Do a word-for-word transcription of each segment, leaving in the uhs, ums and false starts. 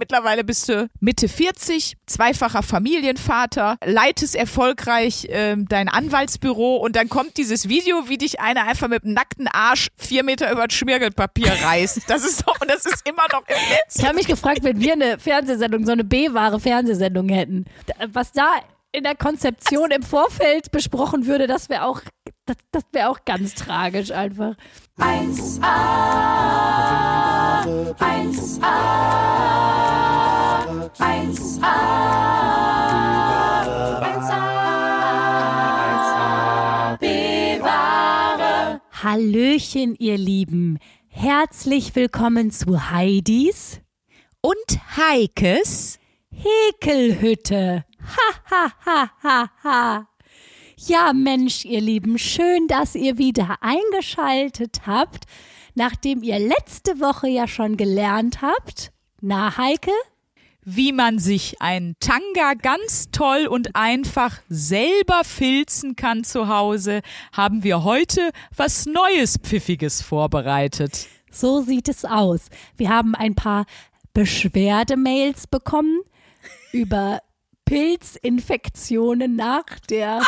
mittlerweile bist du Mitte vierzig, zweifacher Familienvater, leitest erfolgreich äh, dein Anwaltsbüro und dann kommt dieses Video, wie dich einer einfach mit dem nackten Arsch vier Meter über das Schmirgelpapier reißt. Das ist doch, und das ist immer noch im Netz. Ich habe mich gefragt, wenn wir eine Fernsehsendung, so eine B-wahre Fernsehsendung hätten, was da in der Konzeption im Vorfeld besprochen würde, das wäre auch, das, das wäre auch ganz tragisch einfach. eins a, eins a, eins a, eins a, B-wahre. Hallöchen, ihr Lieben. Herzlich willkommen zu Heidis Und Heikes Häkelhütte. Ha, ha, ha, ha, ha. Ja, Mensch, ihr Lieben, schön, dass ihr wieder eingeschaltet habt, nachdem ihr letzte Woche ja schon gelernt habt. Na, Heike? wie man sich ein Tanga ganz toll und einfach selber filzen kann zu Hause, haben wir heute was Neues, Pfiffiges vorbereitet. So sieht es aus. Wir haben ein paar Beschwerdemails bekommen über Pilzinfektionen nach der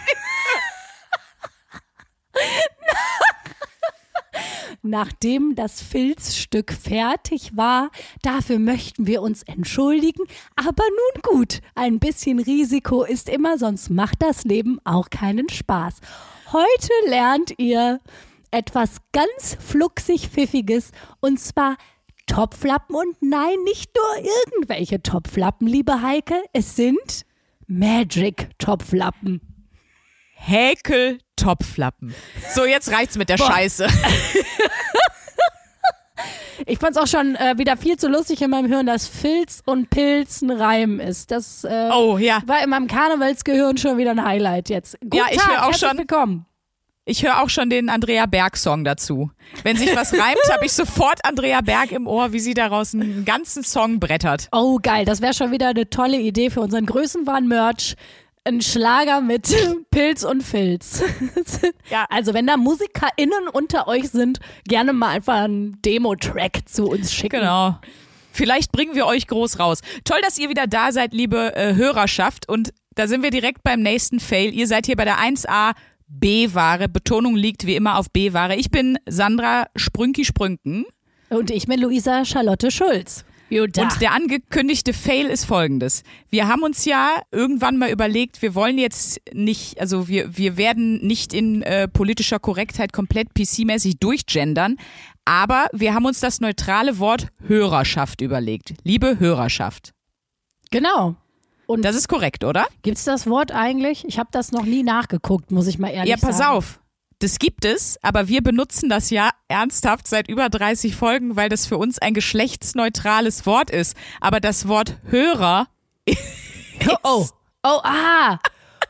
Nachdem das Filzstück fertig war. Dafür möchten wir uns entschuldigen. Aber nun gut, ein bisschen Risiko ist immer, sonst macht das Leben auch keinen Spaß. Heute lernt ihr etwas ganz fluxig Pfiffiges, und zwar Topflappen. Und nein, nicht nur irgendwelche Topflappen, liebe Heike, es sind Magic-Topflappen. Häkel-Topflappen. So, jetzt reicht's mit der Boah. Scheiße. Ich fand's auch schon äh, wieder viel zu lustig in meinem Hirn, dass Filz und Pilz ein Reim ist. Das äh, oh, ja. war in meinem Karnevalsgehirn schon wieder ein Highlight jetzt. Guten ja, ich Tag, höre auch herzlich schon. Willkommen. Ich höre auch schon den Andrea Berg-Song dazu. Wenn sich was reimt, habe ich sofort Andrea Berg im Ohr, wie sie daraus einen ganzen Song brettert. Oh, geil. Das wäre schon wieder eine tolle Idee für unseren Größenwahn-Merch. Ein Schlager mit Pilz und Filz. Ja. Also wenn da MusikerInnen unter euch sind, gerne mal einfach einen Demo-Track zu uns schicken. Genau. Vielleicht bringen wir euch groß raus. Toll, dass ihr wieder da seid, liebe äh, Hörerschaft. Und da sind wir direkt beim nächsten Fail. Ihr seid hier bei der eins a B-Ware. Betonung liegt wie immer auf B-Ware. Ich bin Sandra Sprünki-Sprünken. Und ich bin Luisa Charlotte Schulz. Jutta. Und der angekündigte Fail ist folgendes. Wir haben uns ja irgendwann mal überlegt, wir wollen jetzt nicht, also wir, wir werden nicht in äh, politischer Korrektheit komplett P C-mäßig durchgendern, aber wir haben uns das neutrale Wort Hörerschaft überlegt. Liebe Hörerschaft. Genau. Und das ist korrekt, oder? Gibt's das Wort eigentlich? Ich habe das noch nie nachgeguckt, muss ich mal ehrlich sagen. Ja, pass sagen. auf. Das gibt es, aber wir benutzen das ja ernsthaft seit über dreißig Folgen, weil das für uns ein geschlechtsneutrales Wort ist. Aber das Wort Hörer ist Oh, oh, oh, ah.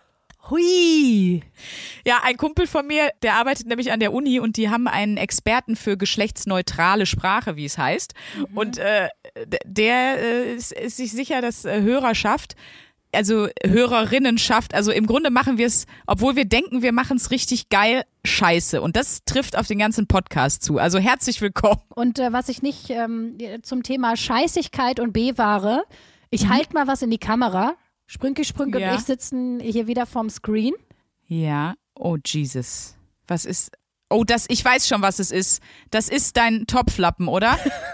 Hui. Ja, ein Kumpel von mir, der arbeitet nämlich an der Uni und die haben einen Experten für geschlechtsneutrale Sprache, wie es heißt. Mhm. Und äh, der äh, ist, ist sich sicher, dass äh, Hörerschaft, also Hörerinnenschaft, also im Grunde machen wir es, obwohl wir denken, wir machen es richtig geil, scheiße. Und das trifft auf den ganzen Podcast zu. Also herzlich willkommen. Und äh, was ich nicht ähm, zum Thema Scheißigkeit und B-Ware, ich mhm. halte mal was in die Kamera. Sprünki, Sprünki ja. und ich sitzen hier wieder vorm Screen. Ja, oh Jesus. Was ist, oh das, ich weiß schon, was es ist. Das ist dein Topflappen, oder?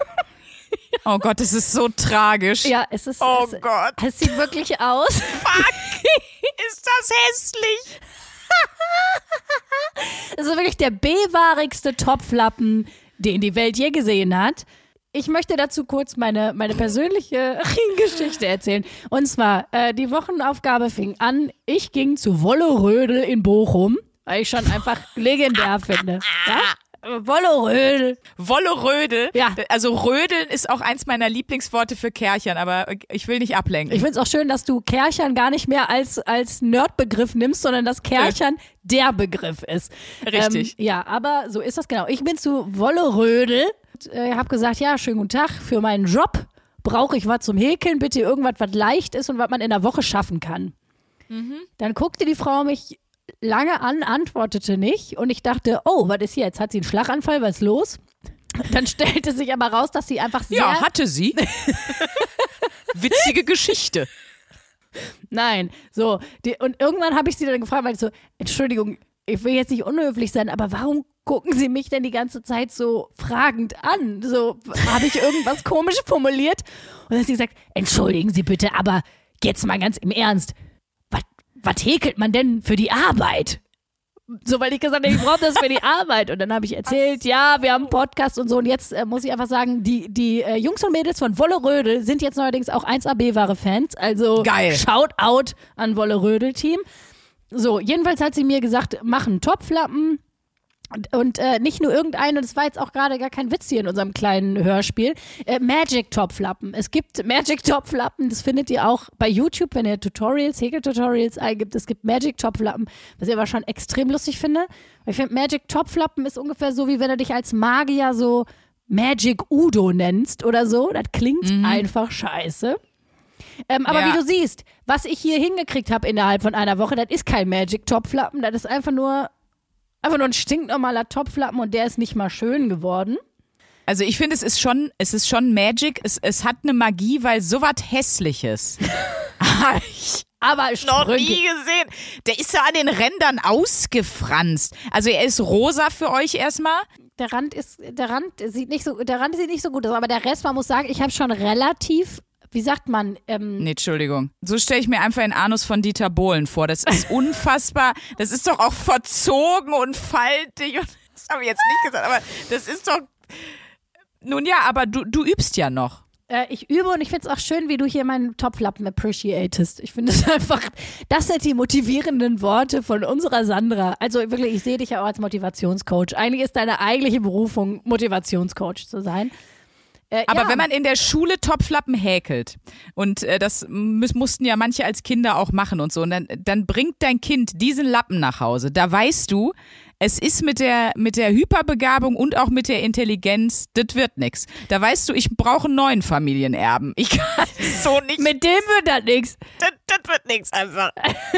Oh Gott, das ist so tragisch. Ja, es ist. Oh es, Gott. Es sieht wirklich aus. Fuck, ist das hässlich. Es ist wirklich der B-wahrigste Topflappen, den die Welt je gesehen hat. Ich möchte dazu kurz meine, meine persönliche Geschichte erzählen. Und zwar, äh, die Wochenaufgabe fing an, ich ging zu Wollerödel in Bochum, weil ich schon einfach legendär finde. Ja? Wollerödel. Wollerödel. Ja. Also Rödeln ist auch eins meiner Lieblingsworte für Kärchern, aber ich will nicht ablenken. Ich finde es auch schön, dass du Kärchern gar nicht mehr als, als Nerdbegriff nimmst, sondern dass Kärchern ja. der Begriff ist. Richtig. Ähm, ja, aber so ist das genau. Ich bin zu Wollerödel, äh, habe gesagt, ja, schönen guten Tag, für meinen Job brauche ich was zum Häkeln, bitte irgendwas, was leicht ist und was man in der Woche schaffen kann. Mhm. Dann guckte die Frau mich lange an, antwortete nicht und ich dachte, oh, was ist hier? Jetzt hat sie einen Schlaganfall, was ist los? Dann stellte sich aber raus, dass sie einfach sehr... Ja, hatte sie. witzige Geschichte. Nein, so. Die, und irgendwann habe ich sie dann gefragt, weil ich so, Entschuldigung, ich will jetzt nicht unhöflich sein, aber warum gucken Sie mich denn die ganze Zeit so fragend an? So, habe ich irgendwas komisch formuliert? Und dann hat sie gesagt, entschuldigen Sie bitte, aber jetzt mal ganz im Ernst, was häkelt man denn für die Arbeit? So, weil ich gesagt habe, ich brauche das für die Arbeit. Und dann habe ich erzählt, ja, wir haben einen Podcast und so. Und jetzt äh, muss ich einfach sagen, die, die äh, Jungs und Mädels von Wolle Rödel sind jetzt neuerdings auch eins A B-Ware-Fans. Also Geil. Shoutout an Wolle Rödel-Team. So, jedenfalls hat sie mir gesagt, mach einen Topflappen. Und, und äh, nicht nur irgendeinen, und das war jetzt auch gerade gar kein Witz hier in unserem kleinen Hörspiel, äh, Magic-Topflappen. Es gibt Magic-Topflappen, das findet ihr auch bei YouTube, wenn ihr Tutorials, Häkel-Tutorials eingibt. Es gibt Magic-Topflappen, was ich aber schon extrem lustig finde. Ich finde, Magic-Topflappen ist ungefähr so, wie wenn du dich als Magier so Magic-Udo nennst oder so. Das klingt mhm. einfach scheiße. Ähm, aber ja. wie du siehst, was ich hier hingekriegt habe innerhalb von einer Woche, das ist kein Magic-Topflappen, das ist einfach nur Einfach nur ein stinknormaler Topflappen und der ist nicht mal schön geworden. Also ich finde, es ist schon, es ist schon Magic. Es, es hat eine Magie, weil sowas Hässliches habe ich aber noch nie gesehen. Der ist ja an den Rändern ausgefranst. Also er ist rosa für euch erstmal. Der Rand ist, der Rand sieht nicht so, der Rand sieht nicht so gut aus, aber der Rest, man muss sagen, ich habe schon relativ, wie sagt man? Ähm nee, Entschuldigung. So stelle ich mir einfach den Anus von Dieter Bohlen vor. Das ist unfassbar. Das ist doch auch verzogen und faltig. Und das habe ich jetzt nicht gesagt, aber das ist doch. Nun ja, aber du, du übst ja noch. Äh, ich übe und ich finde es auch schön, wie du hier meinen Topflappen appreciatest. Ich finde es einfach, das sind die motivierenden Worte von unserer Sandra. Also wirklich, ich sehe dich ja auch als Motivationscoach. Eigentlich ist deine eigentliche Berufung, Motivationscoach zu sein. Äh, Aber ja. wenn man in der Schule Topflappen häkelt und äh, das muss, mussten ja manche als Kinder auch machen und so, und dann, dann bringt dein Kind diesen Lappen nach Hause. Da weißt du, es ist mit der, mit der Hyperbegabung und auch mit der Intelligenz, das wird nix. Da weißt du, ich brauche einen neuen Familienerben. Ich kann so nicht. Mit dem wird das nix. Das, das wird nix einfach.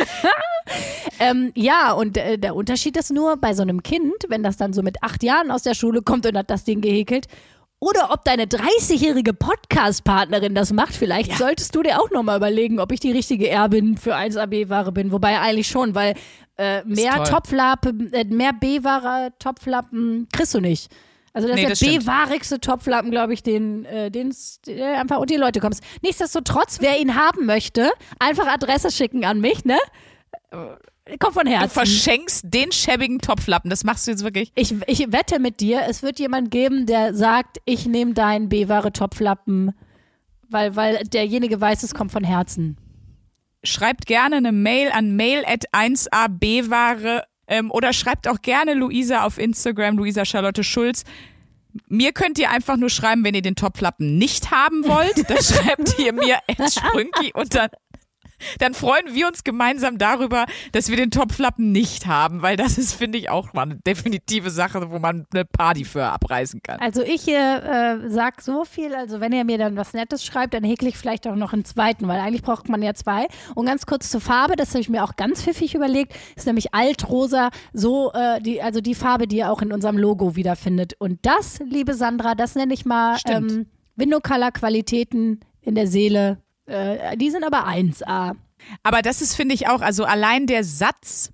ähm, ja, und äh, der Unterschied ist nur bei so einem Kind, wenn das dann so mit acht Jahren aus der Schule kommt und hat das Ding gehäkelt, oder ob deine dreißigjährige Podcast-Partnerin das macht, vielleicht ja. solltest du dir auch nochmal überlegen, ob ich die richtige Erbin für eins A B-Ware bin. Wobei eigentlich schon, weil äh, mehr Topflappen, äh, mehr B-Ware-Topflappen kriegst du nicht. Also das nee, ist der B-Warigste Topflappen, glaube ich, den, äh, den einfach unter die Leute kommst. Nichtsdestotrotz, wer ihn haben möchte, einfach Adresse schicken an mich, ne? Kommt von Herzen. Du verschenkst den schäbigen Topflappen, das machst du jetzt wirklich? Ich, ich wette mit dir, es wird jemand geben, der sagt, ich nehme deinen B-Ware-Topflappen, weil, weil derjenige weiß, es kommt von Herzen. Schreibt gerne eine Mail an mail at eins a b ware ähm, oder schreibt auch gerne Luisa auf Instagram, Luisa Charlotte Schulz. Mir könnt ihr einfach nur schreiben, wenn ihr den Topflappen nicht haben wollt. Dann schreibt ihr mir at Sprünki und dann Dann freuen wir uns gemeinsam darüber, dass wir den Topflappen nicht haben, weil das ist, finde ich, auch mal eine definitive Sache, wo man eine Party für abreißen kann. Also ich äh, sag so viel, also wenn ihr mir dann was Nettes schreibt, dann häkle ich vielleicht auch noch einen zweiten, weil eigentlich braucht man ja zwei. Und ganz kurz zur Farbe, das habe ich mir auch ganz pfiffig überlegt, ist nämlich altrosa, so äh, die, also die Farbe, die ihr auch in unserem Logo wiederfindet. Und das, liebe Sandra, das nenne ich mal ähm, Window-Color-Qualitäten in der Seele. Äh, die sind aber eins A. Aber das ist, finde ich auch, also allein der Satz,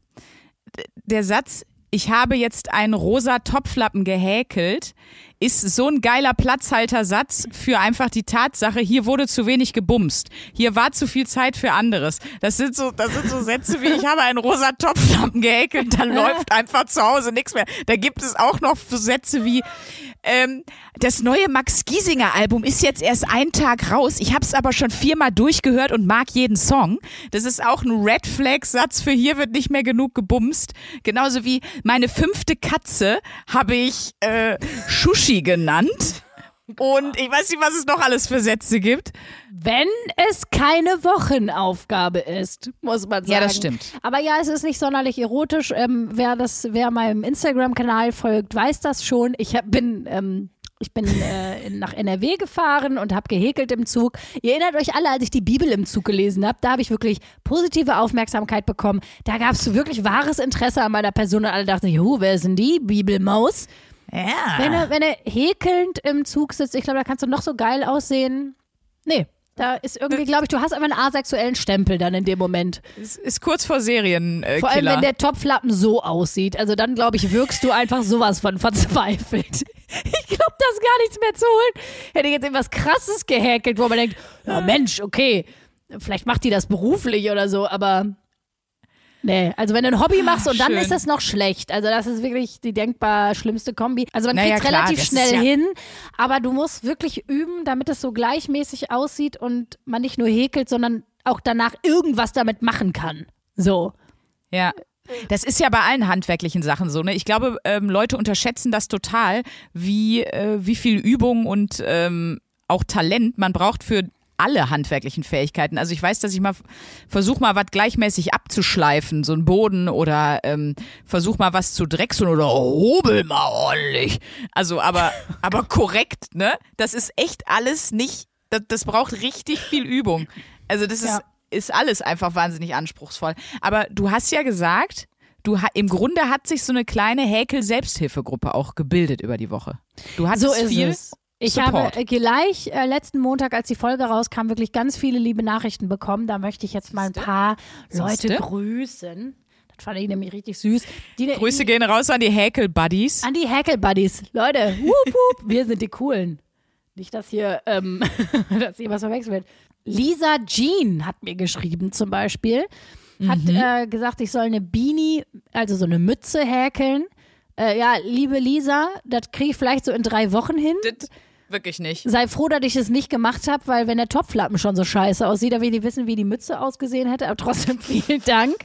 der Satz, ich habe jetzt einen rosa Topflappen gehäkelt, ist so ein geiler Platzhaltersatz für einfach die Tatsache, hier wurde zu wenig gebumst. Hier war zu viel Zeit für anderes. Das sind so, das sind so Sätze wie, ich habe einen rosa Topflappen gehäkelt, dann läuft einfach zu Hause nichts mehr. Da gibt es auch noch so Sätze wie, ähm, das neue Max Giesinger Album ist jetzt erst einen Tag raus. Ich habe es aber schon viermal durchgehört und mag jeden Song. Das ist auch ein Red Flag Satz für hier wird nicht mehr genug gebumst. Genauso wie meine fünfte Katze habe ich äh, Shushi genannt. Und ich weiß nicht, was es noch alles für Sätze gibt. Wenn es keine Wochenaufgabe ist, muss man sagen. Ja, das stimmt. Aber ja, es ist nicht sonderlich erotisch. Ähm, wer das, wer meinem Instagram-Kanal folgt, weiß das schon. Ich hab, bin, ähm, ich bin äh, nach N R W gefahren und habe gehäkelt im Zug. Ihr erinnert euch alle, als ich die Bibel im Zug gelesen habe, da habe ich wirklich positive Aufmerksamkeit bekommen. Da gab es wirklich wahres Interesse an meiner Person und alle dachten sich, huh, wer ist denn die Bibelmaus? Ja. Wenn er, wenn er häkelnd im Zug sitzt, ich glaube, da kannst du noch so geil aussehen. Nee, Da ist irgendwie, glaube ich, du hast einfach einen asexuellen Stempel dann in dem Moment. Es ist kurz vor Serienkiller. Äh, vor allem, wenn der Topflappen so aussieht. Also dann, glaube ich, wirkst du einfach sowas von verzweifelt. Ich glaube, das ist gar nichts mehr zu holen. Hätte ich jetzt irgendwas Krasses gehäkelt, wo man denkt, ja Mensch, okay, vielleicht macht die das beruflich oder so, aber nee. Also wenn du ein Hobby machst und dann Schön. ist das noch schlecht. Also das ist wirklich die denkbar schlimmste Kombi. Also man Naja, kriegt es klar, relativ das schnell ist ja- hin, aber du musst wirklich üben, damit es so gleichmäßig aussieht und man nicht nur häkelt, sondern auch danach irgendwas damit machen kann. So. Ja. Das ist ja bei allen handwerklichen Sachen so, ne? Ich glaube, ähm, Leute unterschätzen das total, wie, äh, wie viel Übung und ähm, auch Talent man braucht für alle handwerklichen Fähigkeiten. Also ich weiß, dass ich mal versuche mal was gleichmäßig abzuschleifen, so einen Boden oder ähm, versuche mal was zu drechseln oder hobel mal ordentlich. Also aber, aber korrekt, ne? Das ist echt alles nicht, das, das braucht richtig viel Übung. Also das ist Ja. ist alles einfach wahnsinnig anspruchsvoll. Aber du hast ja gesagt, du ha- im Grunde hat sich so eine kleine Häkel-Selbsthilfegruppe auch gebildet über die Woche. Du hattest So ist viel es. Ich Support. habe äh, gleich äh, letzten Montag, als die Folge rauskam, wirklich ganz viele liebe Nachrichten bekommen. Da möchte ich jetzt mal ein paar Leute Siehste? grüßen. Das fand ich nämlich richtig süß. Die, Grüße gehen raus an die Häkel-Buddies. An die Hackle-Buddies. Leute, wup, wup, wir sind die Coolen. Nicht, dass hier, ähm, dass hier was verwechselt wird. Lisa Jean hat mir geschrieben zum Beispiel. Hat äh, gesagt, ich soll eine Beanie, also so eine Mütze häkeln. Äh, ja, liebe Lisa, das kriege ich vielleicht so in drei Wochen hin. Das wirklich nicht. Sei froh, dass ich es nicht gemacht habe, weil wenn der Topflappen schon so scheiße aussieht, dann will ich nicht wissen, wie die Mütze ausgesehen hätte. Aber trotzdem vielen Dank.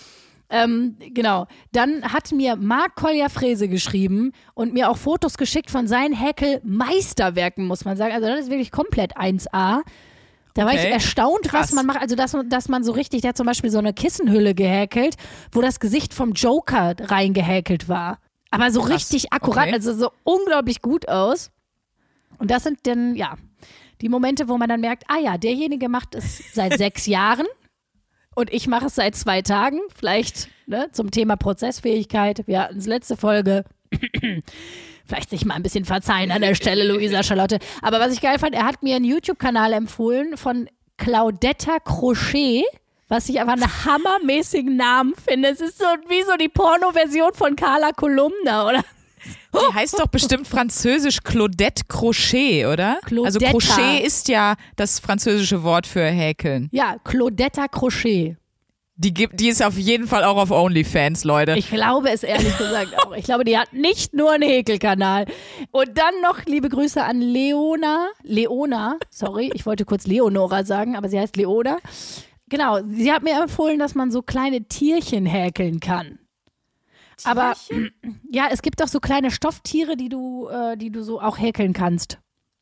Ähm, genau. Dann hat mir Marc Collier-Frese geschrieben und mir auch Fotos geschickt von seinen Häkel-Meisterwerken, muss man sagen. Also das ist wirklich komplett eins A. Da war Okay. ich erstaunt, Krass. was man macht. Also, dass, man- dass man so richtig, der hat zum Beispiel so eine Kissenhülle gehäkelt, wo das Gesicht vom Joker reingehäkelt war. Aber so Krass. richtig akkurat, Okay. also so unglaublich gut aus. Und das sind dann, ja, die Momente, wo man dann merkt, ah ja, derjenige macht es seit sechs Jahren und ich mache es seit zwei Tagen. Vielleicht ne, zum Thema Prozessfähigkeit. Wir hatten es letzte Folge. Vielleicht sich mal ein bisschen verzeihen an der Stelle, Luisa Charlotte. Aber was ich geil fand, er hat mir einen YouTube-Kanal empfohlen von Claudetta Crochet, was ich einfach einen hammermäßigen Namen finde. Es ist so wie so die Porno-Version von Carla Kolumna, oder? Die heißt doch bestimmt französisch Claudette Crochet, oder? Also Claudetta. Crochet ist ja das französische Wort für Häkeln. Ja, Claudetta Crochet. Die, gibt, die ist auf jeden Fall auch auf OnlyFans, Leute. Ich glaube es ehrlich gesagt auch. Ich glaube, die hat nicht nur einen Häkelkanal. Und dann noch liebe Grüße an Leona. Leona, sorry, ich wollte kurz Leonora sagen, aber sie heißt Leona. Genau, sie hat mir empfohlen, dass man so kleine Tierchen häkeln kann. Aber ja, es gibt doch so kleine Stofftiere, die du, äh, die du so auch häkeln kannst.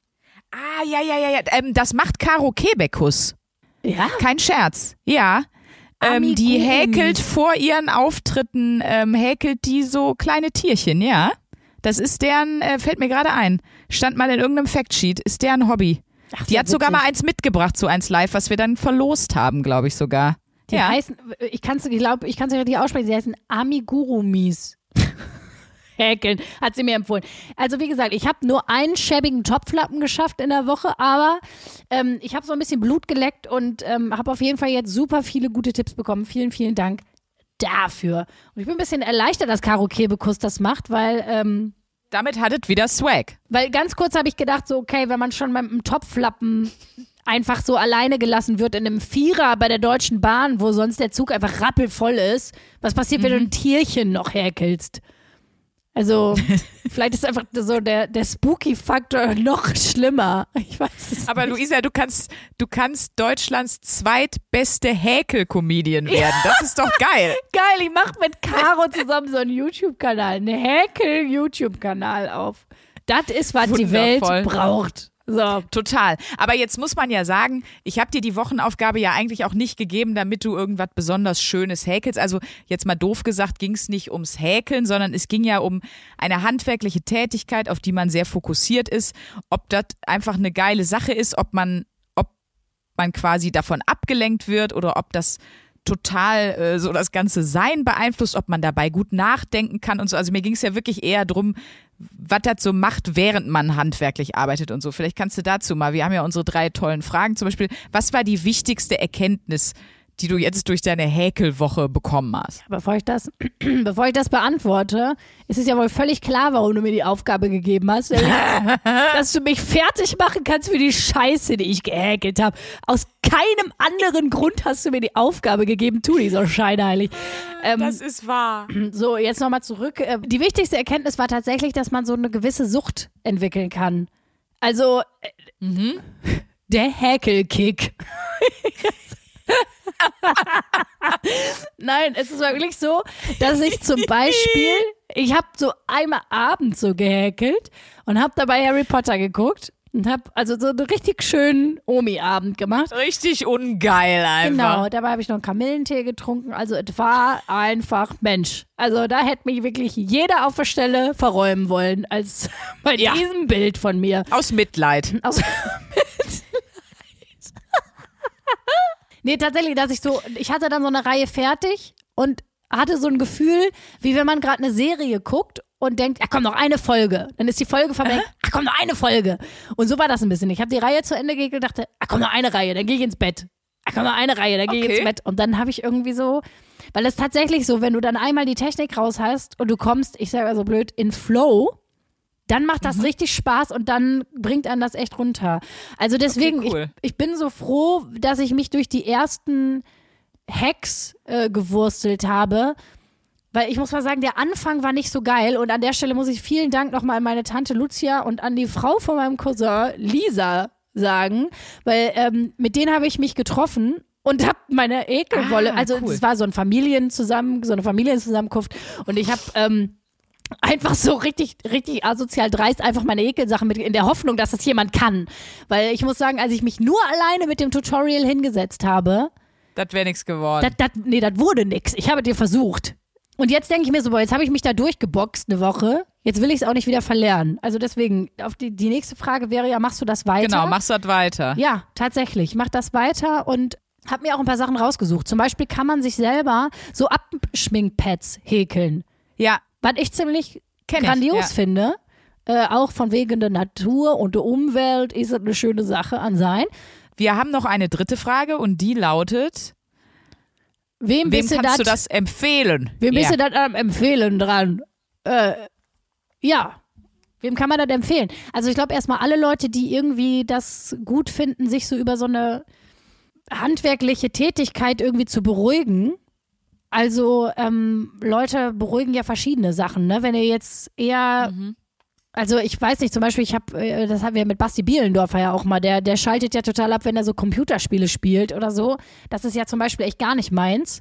Ah, ja, ja, ja, ja. Ähm, das macht Caro Kebekus. Ja? Kein Scherz. Ja. Ähm, die Amigurumis. häkelt vor ihren Auftritten, ähm, häkelt die so kleine Tierchen, ja. Das ist deren, äh, fällt mir gerade ein, stand mal in irgendeinem Factsheet, ist deren Hobby. Ach, Die ja, hat sogar witzig. mal eins mitgebracht, so eins live, was wir dann verlost haben, glaube ich sogar. Die ja. heißen, ich kann es ich glaub, ich kann's nicht richtig aussprechen, sie heißen Amigurumis. Häkeln, hat sie mir empfohlen. Also wie gesagt, ich habe nur einen schäbigen Topflappen geschafft in der Woche, aber ähm, ich habe so ein bisschen Blut geleckt und ähm, habe auf jeden Fall jetzt super viele gute Tipps bekommen. Vielen, vielen Dank dafür. Und ich bin ein bisschen erleichtert, dass Caro Kebekus das macht, weil ähm, Damit hat es wieder Swag. weil ganz kurz habe ich gedacht, so okay, wenn man schon mit einem Topflappen einfach so alleine gelassen wird in einem Vierer bei der Deutschen Bahn, wo sonst der Zug einfach rappelvoll ist, was passiert, wenn du ein Tierchen noch häkelst? Also, vielleicht ist einfach so der, der Spooky-Faktor noch schlimmer. Ich weiß es Aber nicht. Luisa, du kannst, du kannst Deutschlands zweitbeste Häkel-Comedian werden. Das ist doch geil. Geil, ich mache mit Caro zusammen so einen YouTube-Kanal, einen Häkel-YouTube-Kanal auf. Das ist, was die Welt Wundervoll. braucht. So. Total. Aber jetzt muss man ja sagen, ich habe dir die Wochenaufgabe ja eigentlich auch nicht gegeben, damit du irgendwas besonders Schönes häkelst. Also jetzt mal doof gesagt, ging es nicht ums Häkeln, sondern es ging ja um eine handwerkliche Tätigkeit, auf die man sehr fokussiert ist. Ob das einfach eine geile Sache ist, ob man, ob man quasi davon abgelenkt wird oder ob das total äh, so das ganze Sein beeinflusst, ob man dabei gut nachdenken kann und so. Also mir ging es ja wirklich eher drum, was das so macht, während man handwerklich arbeitet und so. Vielleicht kannst du dazu mal, wir haben ja unsere drei tollen Fragen, zum Beispiel, was war die wichtigste Erkenntnis, die du jetzt durch deine Häkelwoche bekommen hast? Bevor ich das, bevor ich das beantworte, ist es ja wohl völlig klar, warum du mir die Aufgabe gegeben hast, nämlich, dass du mich fertig machen kannst für die Scheiße, die ich gehäkelt habe. Aus keinem anderen Grund hast du mir die Aufgabe gegeben, tu die so scheinheilig. Ähm, das ist wahr. So, jetzt nochmal zurück. Die wichtigste Erkenntnis war tatsächlich, dass man so eine gewisse Sucht entwickeln kann. Also, mhm. der Häkelkick. Nein, es ist wirklich so, dass ich zum Beispiel, ich habe so einmal abends so gehäkelt und habe dabei Harry Potter geguckt und habe also so einen richtig schönen Omi-Abend gemacht. Richtig ungeil einfach. Genau, dabei habe ich noch einen Kamillentee getrunken, also es war einfach Mensch. Also da hätte mich wirklich jeder auf der Stelle verräumen wollen, als bei ja. diesem Bild von mir. Aus Mitleid. Aus Mitleid. Nee, tatsächlich, dass ich so, ich hatte dann so eine Reihe fertig und hatte so ein Gefühl, wie wenn man gerade eine Serie guckt und denkt, ach komm, noch eine Folge. Dann ist die Folge vorbei, ach komm, noch eine Folge. Und so war das ein bisschen. Ich habe die Reihe zu Ende gegelt und dachte, ach komm, noch eine Reihe, dann gehe ich ins Bett. Ach komm, noch eine Reihe, dann gehe okay. ich ins Bett. Und dann habe ich irgendwie so, weil es tatsächlich so, wenn du dann einmal die Technik raus hast und du kommst, ich sage mal so blöd, in Flow, dann macht das mhm. richtig Spaß und dann bringt einen das echt runter. Also deswegen, okay, cool. ich, ich bin so froh, dass ich mich durch die ersten Hacks äh, gewurstelt habe, weil ich muss mal sagen, der Anfang war nicht so geil und an der Stelle muss ich vielen Dank nochmal an meine Tante Lucia und an die Frau von meinem Cousin Lisa sagen, weil ähm, mit denen habe ich mich getroffen und habe meine Ekelwolle, ah, also es cool. war so ein Familienzusammen, so eine Familienzusammenkunft und ich habe ähm, einfach so richtig, richtig asozial dreist einfach meine Ekelsachen mit in der Hoffnung, dass das jemand kann. Weil ich muss sagen, als ich mich nur alleine mit dem Tutorial hingesetzt habe, das wäre nichts geworden. Dat, dat, nee, das wurde nix. Ich habe dir versucht. Und jetzt denke ich mir so, boah, jetzt habe ich mich da durchgeboxt eine Woche. Jetzt will ich es auch nicht wieder verlernen. Also deswegen, auf die, die nächste Frage wäre ja, machst du das weiter? Genau, machst du das weiter? Ja, tatsächlich. Mach das weiter und habe mir auch ein paar Sachen rausgesucht. Zum Beispiel kann man sich selber so Abschminkpads häkeln. Ja. Was ich ziemlich Kenn grandios ich, ja. finde, äh, auch von wegen der Natur und der Umwelt ist das eine schöne Sache an sein. Wir haben noch eine dritte Frage und die lautet, wem, wem kannst dat, du das empfehlen? Wem ja. bist du das am Empfehlen dran? Äh, ja, wem kann man das empfehlen? Also ich glaube erstmal alle Leute, die irgendwie das gut finden, sich so über so eine handwerkliche Tätigkeit irgendwie zu beruhigen. Also ähm, Leute beruhigen ja verschiedene Sachen, ne? Wenn ihr jetzt eher, mhm. also ich weiß nicht, zum Beispiel, ich habe, äh, das haben wir mit Basti Bielendorfer ja auch mal, der, der schaltet ja total ab, wenn er so Computerspiele spielt oder so. Das ist ja zum Beispiel echt gar nicht meins.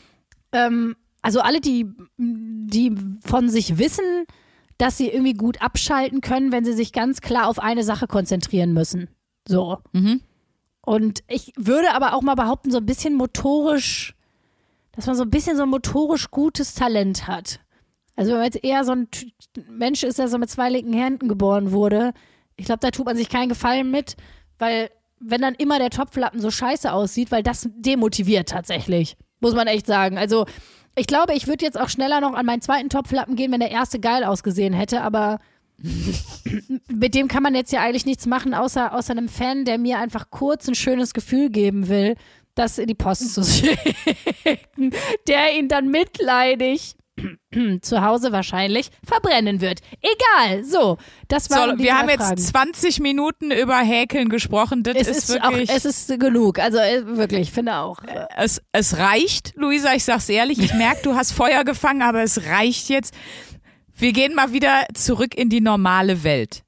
Ähm, also alle, die, die von sich wissen, dass sie irgendwie gut abschalten können, wenn sie sich ganz klar auf eine Sache konzentrieren müssen. So. Mhm. Und ich würde aber auch mal behaupten, so ein bisschen motorisch, dass man so ein bisschen so ein motorisch gutes Talent hat. Also wenn man jetzt eher so ein Mensch ist, der so mit zwei linken Händen geboren wurde, ich glaube, da tut man sich keinen Gefallen mit, weil wenn dann immer der Topflappen so scheiße aussieht, weil das demotiviert tatsächlich, muss man echt sagen. Also ich glaube, ich würde jetzt auch schneller noch an meinen zweiten Topflappen gehen, wenn der erste geil ausgesehen hätte, aber mit dem kann man jetzt ja eigentlich nichts machen, außer, außer einem Fan, der mir einfach kurz ein schönes Gefühl geben will, das in die Post zu schicken, der ihn dann mitleidig zu Hause wahrscheinlich verbrennen wird. Egal, so, das waren so, die wir haben Fragen. jetzt zwanzig Minuten über Häkeln gesprochen. Das es ist, ist wirklich, auch, es ist genug, also wirklich, ich finde auch. Es, es reicht, Luisa, ich sag's ehrlich, ich merke, du hast Feuer gefangen, aber es reicht jetzt. Wir gehen mal wieder zurück in die normale Welt.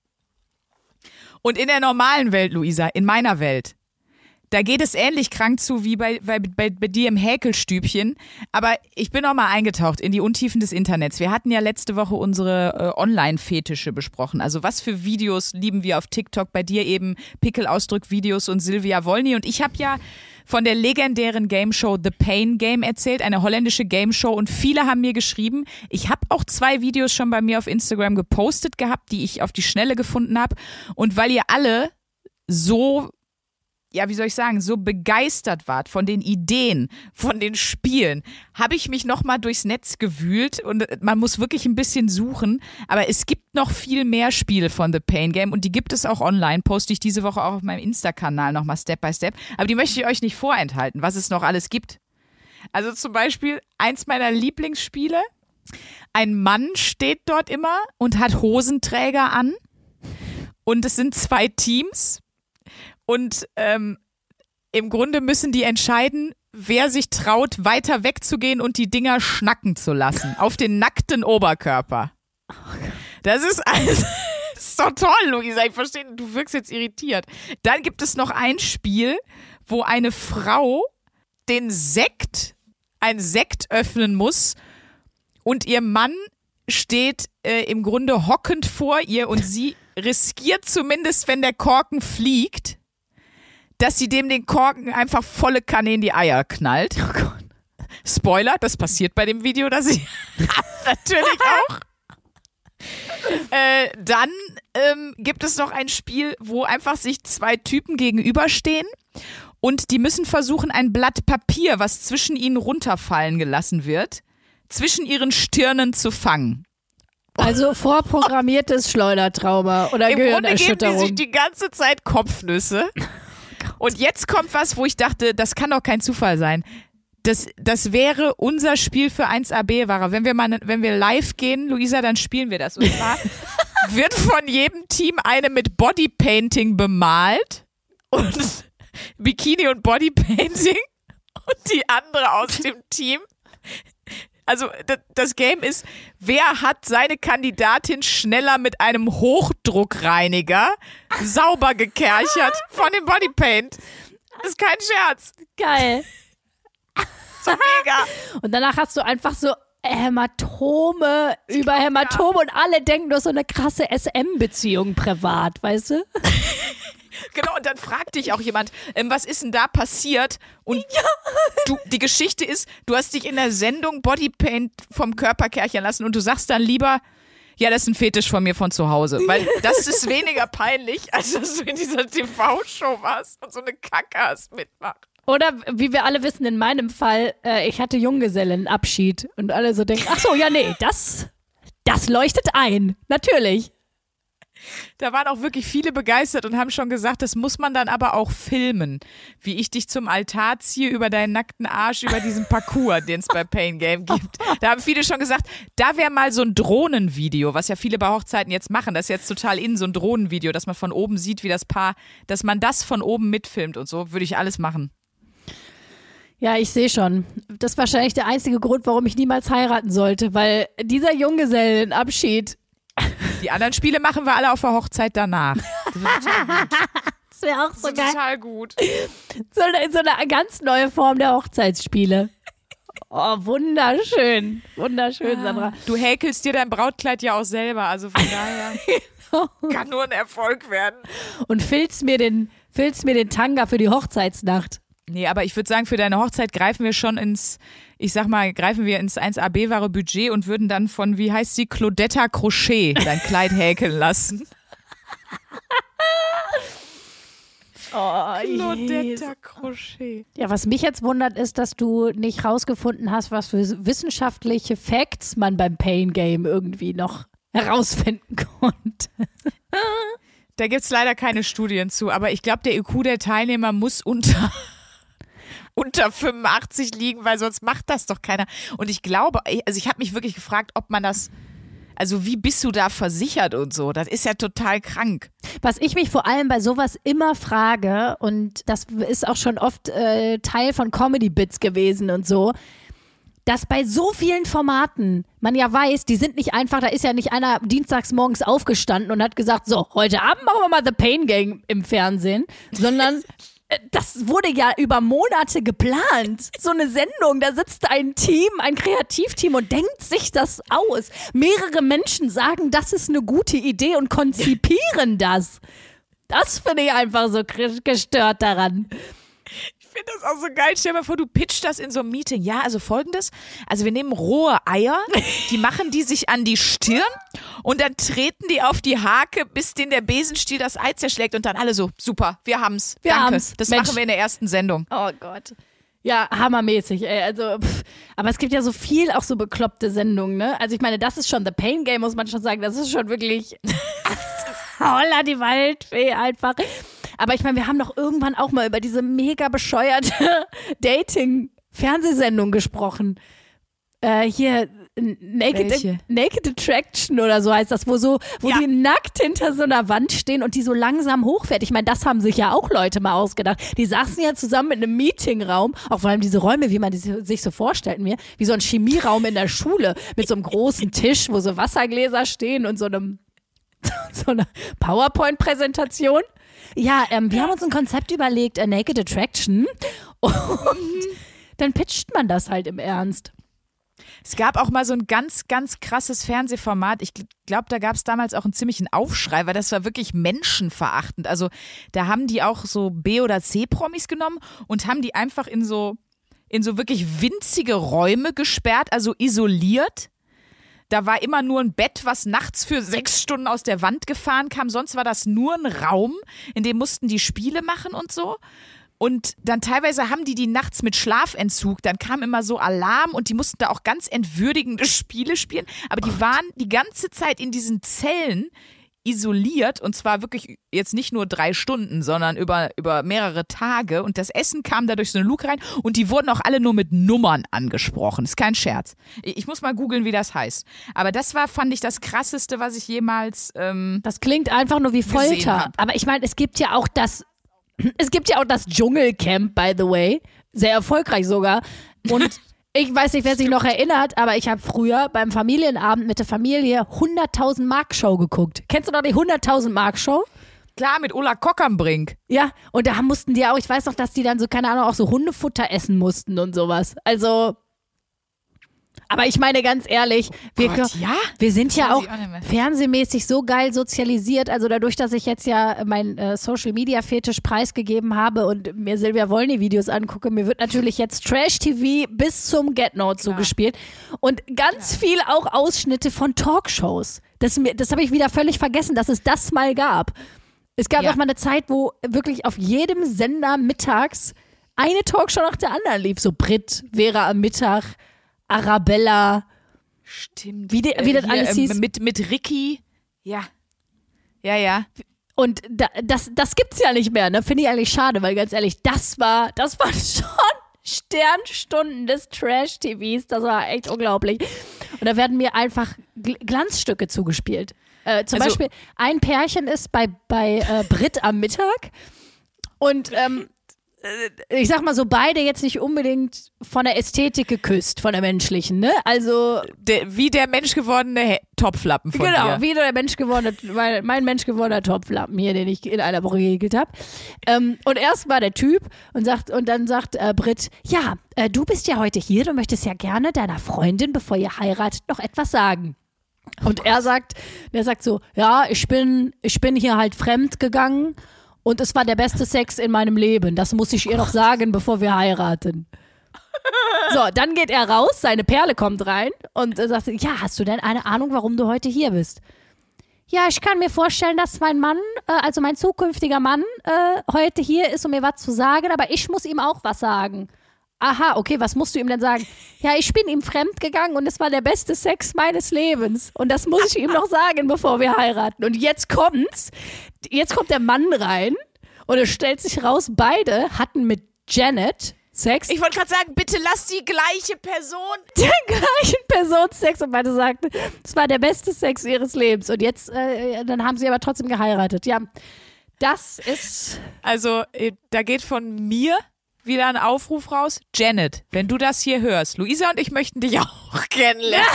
Und in der normalen Welt, Luisa, in meiner Welt, da geht es ähnlich krank zu wie bei, bei, bei, bei dir im Häkelstübchen. Aber ich bin auch mal eingetaucht in die Untiefen des Internets. Wir hatten ja letzte Woche unsere äh, Online-Fetische besprochen. Also was für Videos lieben wir auf TikTok? Bei dir eben Pickelausdrück-Videos und Silvia Wolny. Und ich habe ja von der legendären Gameshow The Pain Game erzählt, eine holländische Gameshow. Und viele haben mir geschrieben, ich habe auch zwei Videos schon bei mir auf Instagram gepostet gehabt, die ich auf die Schnelle gefunden habe. Und weil ihr alle so ja, wie soll ich sagen, so begeistert wart von den Ideen, von den Spielen, habe ich mich nochmal durchs Netz gewühlt und man muss wirklich ein bisschen suchen, aber es gibt noch viel mehr Spiele von The Pain Game und die gibt es auch online, poste ich diese Woche auch auf meinem Insta-Kanal nochmal Step by Step, aber die möchte ich euch nicht vorenthalten, was es noch alles gibt. Also zum Beispiel eins meiner Lieblingsspiele, ein Mann steht dort immer und hat Hosenträger an und es sind zwei Teams. Und ähm, im Grunde müssen die entscheiden, wer sich traut, weiter wegzugehen und die Dinger schnacken zu lassen. Auf den nackten Oberkörper. Das ist alles. Das ist doch toll, Luisa. Ich verstehe, du wirkst jetzt irritiert. Dann gibt es noch ein Spiel, wo eine Frau den Sekt, ein Sekt öffnen muss und ihr Mann steht äh, im Grunde hockend vor ihr und sie riskiert zumindest, wenn der Korken fliegt, dass sie dem den Korken einfach volle Kanne in die Eier knallt. Oh Gott. Spoiler, das passiert bei dem Video, das ich natürlich auch. äh, dann ähm, gibt es noch ein Spiel, wo einfach sich zwei Typen gegenüberstehen und die müssen versuchen, ein Blatt Papier, was zwischen ihnen runterfallen gelassen wird, zwischen ihren Stirnen zu fangen. Also vorprogrammiertes Schleudertrauma oder Im Grunde Gehirnerschütterung. geben die sich die ganze Zeit Kopfnüsse. Und jetzt kommt was, wo ich dachte, das kann doch kein Zufall sein. Das, das wäre unser Spiel für eins A B-Ware. Wenn wir mal, wenn wir live gehen, Luisa, dann spielen wir das. Und zwar wird von jedem Team eine mit Bodypainting bemalt und Bikini und Bodypainting und die andere aus dem Team. Also das Game ist, wer hat seine Kandidatin schneller mit einem Hochdruckreiniger sauber gekerchert von dem Bodypaint. Das ist kein Scherz. Geil. So mega. Und danach hast du einfach so Hämatome über Hämatome und alle denken, du hast so eine krasse S M-Beziehung privat, weißt du? Genau, und dann fragt dich auch jemand, ähm, was ist denn da passiert? Und ja. du, die Geschichte ist, du hast dich in der Sendung Bodypaint vom Körper kerchern lassen und du sagst dann lieber, ja, das ist ein Fetisch von mir von zu Hause. Weil das ist weniger peinlich, als dass du in dieser T V-Show warst und so eine Kacke hast mitmacht. Oder wie wir alle wissen, in meinem Fall, äh, ich hatte Junggesellenabschied und alle so denken, ach so, ja, nee, das, das leuchtet ein. Natürlich. Da waren auch wirklich viele begeistert und haben schon gesagt, das muss man dann aber auch filmen, wie ich dich zum Altar ziehe über deinen nackten Arsch, über diesen Parcours, den es bei Pain Game gibt. Da haben viele schon gesagt, da wäre mal so ein Drohnenvideo, was ja viele bei Hochzeiten jetzt machen, das ist jetzt total in, so ein Drohnenvideo, dass man von oben sieht, wie das Paar, dass man das von oben mitfilmt und so, würde ich alles machen. Ja, ich sehe schon. Das ist wahrscheinlich der einzige Grund, warum ich niemals heiraten sollte, weil dieser Junggesellenabschied. Die anderen Spiele machen wir alle auf der Hochzeit danach. Das wird total gut. Das wäre auch so das geil. Total gut. So eine, so eine ganz neue Form der Hochzeitsspiele. Oh, wunderschön. Wunderschön, Sandra. Du häkelst dir dein Brautkleid ja auch selber, also von daher kann nur ein Erfolg werden. Und filzt mir den, filzt mir den Tanga für die Hochzeitsnacht. Nee, aber ich würde sagen, für deine Hochzeit greifen wir schon ins, ich sag mal, greifen wir ins eins A B-Ware Budget und würden dann von, wie heißt sie, Claudetta Crochet dein Kleid häkeln lassen. Oh, Claudetta Crochet. Ja, was mich jetzt wundert, ist, dass du nicht rausgefunden hast, was für wissenschaftliche Facts man beim Pain Game irgendwie noch herausfinden konnte. Da gibt's leider keine Studien zu, aber ich glaube, der I Q der Teilnehmer muss unter unter fünfundachtzig liegen, weil sonst macht das doch keiner. Und ich glaube, also ich habe mich wirklich gefragt, ob man das, also wie bist du da versichert und so? Das ist ja total krank. Was ich mich vor allem bei sowas immer frage, und das ist auch schon oft äh, Teil von Comedy-Bits gewesen und so, dass bei so vielen Formaten man ja weiß, die sind nicht einfach, da ist ja nicht einer dienstags morgens aufgestanden und hat gesagt, so, heute Abend machen wir mal The Pain Game im Fernsehen, sondern das wurde ja über Monate geplant. So eine Sendung, da sitzt ein Team, ein Kreativteam und denkt sich das aus. Mehrere Menschen sagen, das ist eine gute Idee und konzipieren das. Das finde ich einfach so gestört daran. Ich finde das auch so geil. Stell dir mal vor, du pitchst das in so einem Meeting. Ja, also folgendes. Also wir nehmen rohe Eier, die machen die sich an die Stirn und dann treten die auf die Hake, bis denen der Besenstiel das Ei zerschlägt und dann alle so, super, wir haben's. Wir Danke. haben's. Das Mensch. machen wir in der ersten Sendung. Oh Gott. Ja, hammermäßig, ey. Also, pff. Aber es gibt ja so viel auch so bekloppte Sendungen, ne? Also ich meine, das ist schon The Pain Game, muss man schon sagen. Das ist schon wirklich holla die Waldfee einfach. Aber ich meine, wir haben doch irgendwann auch mal über diese mega bescheuerte Dating-Fernsehsendung gesprochen. Äh, hier Naked, Naked Attraction oder so heißt das, wo so, wo Ja. die nackt hinter so einer Wand stehen und die so langsam hochfährt. Ich meine, das haben sich ja auch Leute mal ausgedacht. Die saßen ja zusammen in einem Meetingraum, auch vor allem diese Räume, wie man die sich so vorstellt mir, wie so ein Chemieraum in der Schule mit so einem großen Tisch, wo so Wassergläser stehen und so einem so eine PowerPoint-Präsentation. Ja, ähm, wir haben uns ein Konzept überlegt, a Naked Attraction, und dann pitcht man das halt im Ernst. Es gab auch mal so ein ganz, ganz krasses Fernsehformat. Ich glaube, da gab es damals auch einen ziemlichen Aufschrei, weil das war wirklich menschenverachtend. Also da haben die auch so B- oder C-Promis genommen und haben die einfach in so, in so wirklich winzige Räume gesperrt, also isoliert. Da war immer nur ein Bett, was nachts für sechs Stunden aus der Wand gefahren kam. Sonst war das nur ein Raum, in dem mussten die Spiele machen und so. Und dann teilweise haben die die nachts mit Schlafentzug, dann kam immer so Alarm und die mussten da auch ganz entwürdigende Spiele spielen. Aber die waren die ganze Zeit in diesen Zellen isoliert und zwar wirklich jetzt nicht nur drei Stunden, sondern über, über mehrere Tage. Und das Essen kam da durch so eine Luke rein und die wurden auch alle nur mit Nummern angesprochen. Ist kein Scherz. Ich muss mal googeln, wie das heißt. Aber das war, fand ich, das Krasseste, was ich jemals ähm, Das klingt einfach nur wie gesehen Folter. hab. Aber ich meine, es gibt ja auch das, es gibt ja auch das Dschungelcamp, by the way. Sehr erfolgreich sogar. Und ich weiß nicht, wer sich noch erinnert, aber ich habe früher beim Familienabend mit der Familie hunderttausend Mark Show geguckt. Kennst du noch die hunderttausend Mark Show? klar mit Ulla Kock-am-Brink. Ja, und da mussten die auch, ich weiß noch, dass die dann so, keine Ahnung, auch so Hundefutter essen mussten und sowas. Also, aber ich meine ganz ehrlich, wir, Gott, ja? wir sind ja weiß auch ich auch nicht mehr. fernsehmäßig so geil sozialisiert, also dadurch, dass ich jetzt ja mein äh, Social-Media-Fetisch preisgegeben habe und mir Silvia Wolny-Videos angucke, mir wird natürlich jetzt Trash-T V bis zum Get-No zugespielt und ganz viel auch Ausschnitte von Talkshows. Das, mir- das habe ich wieder völlig vergessen, dass es das mal gab. Es gab Ja. auch mal eine Zeit, wo wirklich auf jedem Sender mittags eine Talkshow nach der anderen lief. So Brit, Vera am Mittag, Arabella. Stimmt. Wie die- wie das alles ähm, hieß? Mit, mit Ricky. Ja. Ja, ja. Und da, das, das gibt's ja nicht mehr, ne? Finde ich eigentlich schade, weil ganz ehrlich, das war, das war schon Sternstunden des Trash-T Vs. Das war echt unglaublich. Und da werden mir einfach Gl- Glanzstücke zugespielt. Äh, zum Also- Beispiel, ein Pärchen ist bei, bei äh, Brit am Mittag und ähm, äh, ich sag mal so, beide jetzt nicht unbedingt von der Ästhetik geküsst, von der menschlichen, ne? Also Der, wie der menschgewordene He- Topflappen von genau, dir. wie der Mensch gewordene, mein, mein Mensch gewordener Topflappen hier, den ich in einer Woche geregelt habe. Ähm, und erst war der Typ und sagt und dann sagt äh, Brit, ja, äh, du bist ja heute hier, du möchtest ja gerne deiner Freundin, bevor ihr heiratet, noch etwas sagen. Und er sagt, der sagt so, ja, ich bin, ich bin hier halt fremd gegangen und es war der beste Sex in meinem Leben. Das muss ich ihr noch sagen, bevor wir heiraten. So, dann geht er raus, seine Perle kommt rein und äh, sagt, ja, hast du denn eine Ahnung, warum du heute hier bist? Ja, ich kann mir vorstellen, dass mein Mann, äh, also mein zukünftiger Mann, äh, heute hier ist, um mir was zu sagen, aber ich muss ihm auch was sagen. Aha, okay, was musst du ihm denn sagen? Ja, ich bin ihm fremd gegangen und es war der beste Sex meines Lebens. Und das muss ich ihm noch sagen, bevor wir heiraten. Und jetzt kommt's. Jetzt kommt der Mann rein und es stellt sich raus, beide hatten mit Janet Sex. Ich wollte gerade sagen, bitte lass die gleiche Person. Der gleichen Person Sex und beide sagten, es war der beste Sex ihres Lebens. Und jetzt, äh, dann haben sie aber trotzdem geheiratet. Ja, das ist... Also, äh, da geht von mir wieder ein Aufruf raus. Janet, wenn du das hier hörst, Luisa und ich möchten dich auch kennenlernen.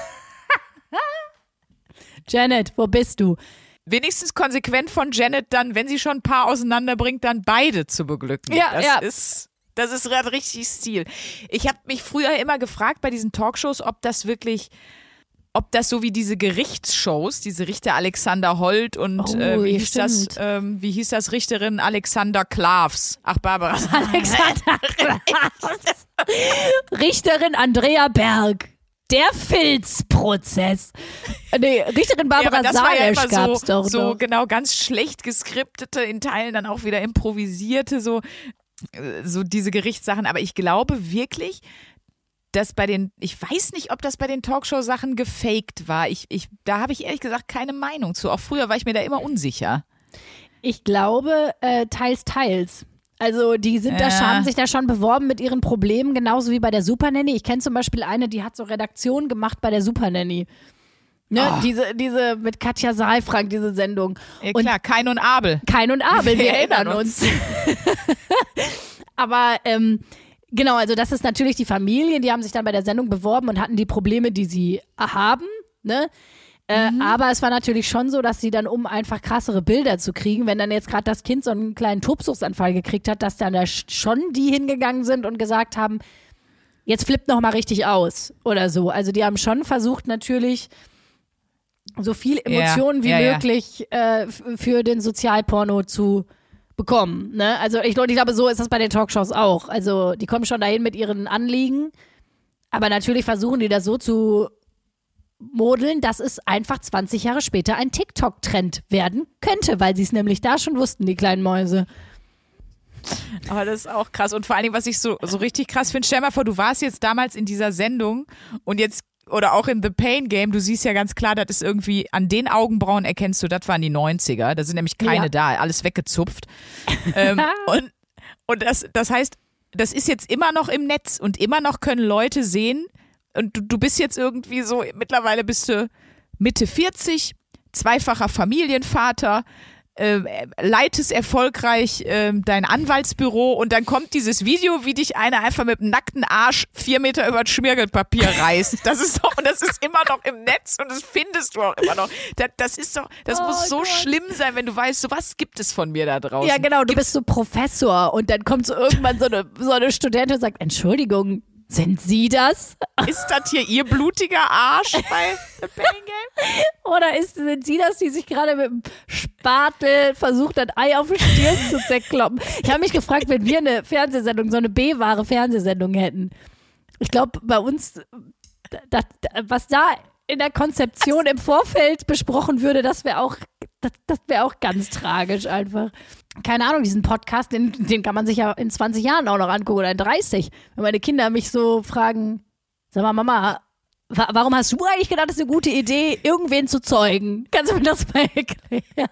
Janet, wo bist du? Wenigstens konsequent von Janet dann, wenn sie schon ein paar auseinanderbringt, dann beide zu beglücken. Ja, das ja. ist... Das ist gerade richtig Stil. Ich habe mich früher immer gefragt bei diesen Talkshows, ob das wirklich ob das so wie diese Gerichtsshows, diese Richter Alexander Holt und Oh, äh, wie, ja, hieß das, stimmt. ähm, wie hieß das, Richterin Alexander Klavs. Ach, Barbara. Alexander Klaus. Richterin Andrea Berg. Der Filzprozess. Nee, Richterin Ja, Barbara aber das war ja Salesch immer gab's so, doch so noch. genau ganz schlecht geskriptete, in Teilen dann auch wieder improvisierte, so, äh, so diese Gerichtssachen. Aber ich glaube wirklich, dass bei den, ich weiß nicht, ob das bei den Talkshow-Sachen gefaked war. Ich, ich, da habe ich ehrlich gesagt keine Meinung zu. Auch früher war ich mir da immer unsicher. Ich glaube, äh, teils, teils. Also die sind da, Ja. haben sich da schon beworben mit ihren Problemen, genauso wie bei der Supernanny. Ich kenne zum Beispiel eine, die hat so Redaktion gemacht bei der Supernanny. Ne? Oh. Diese, diese mit Katja Saalfrank, diese Sendung. Ja, Und klar, Kain und Abel. Kain und Abel, wir, Wir erinnern erinnern uns. Aber ähm, genau, also das ist natürlich die Familien, die haben sich dann bei der Sendung beworben und hatten die Probleme, die sie haben, ne? Äh, Mhm. Aber es war natürlich schon so, dass sie dann, um einfach krassere Bilder zu kriegen, wenn dann jetzt gerade das Kind so einen kleinen Tobsuchtsanfall gekriegt hat, dass dann da schon die hingegangen sind und gesagt haben, jetzt flippt noch mal richtig aus oder so. Also die haben schon versucht natürlich so viel Emotionen Ja, wie ja, ja. möglich äh, f- für den Sozialporno zu bekommen. Ne? Also ich, glaub- ich glaube, so ist das bei den Talkshows auch. Also die kommen schon dahin mit ihren Anliegen, aber natürlich versuchen die das so zu modeln, dass es einfach zwanzig Jahre später ein TikTok-Trend werden könnte, weil sie es nämlich da schon wussten, die kleinen Mäuse. Aber das ist auch krass. Und vor allen Dingen, was ich so, so richtig krass finde, stell mal vor, du warst jetzt damals in dieser Sendung und jetzt, oder auch in The Pain Game, du siehst ja ganz klar, das ist irgendwie, an den Augenbrauen erkennst du, das waren die neunziger, da sind nämlich keine Ja. da, alles weggezupft. ähm, und und das, das heißt, das ist jetzt immer noch im Netz und immer noch können Leute sehen, und du, du bist jetzt irgendwie so, mittlerweile bist du Mitte vierzig, zweifacher Familienvater, äh, leitest erfolgreich äh, dein Anwaltsbüro und dann kommt dieses Video, wie dich einer einfach mit dem nackten Arsch vier Meter über das Schmirgelpapier reißt. Das ist doch, und das ist immer noch im Netz und das findest du auch immer noch. Das, das ist doch, das Oh muss so Gott. schlimm sein, wenn du weißt, so was gibt es von mir da draußen. Ja, genau, du bist so Professor und dann kommt so irgendwann so eine, so eine Studentin und sagt, Entschuldigung, sind Sie das? Ist das hier ihr blutiger Arsch bei The Pain Game? Oder ist, sind Sie das, die sich gerade mit dem Spatel versucht, ein Ei auf die Stirn zu zerkloppen? Ich habe mich gefragt, wenn wir eine Fernsehsendung, so eine B-wahre Fernsehsendung hätten. Ich glaube, bei uns, das, was da in der Konzeption im Vorfeld besprochen würde, das wäre auch, das, das wäre auch ganz tragisch einfach. Keine Ahnung, diesen Podcast, den, den kann man sich ja in zwanzig Jahren auch noch angucken oder in dreißig. Wenn meine Kinder mich so fragen, sag mal, Mama, wa- warum hast du eigentlich gedacht, das ist eine gute Idee, irgendwen zu zeugen? Kannst du mir das mal erklären?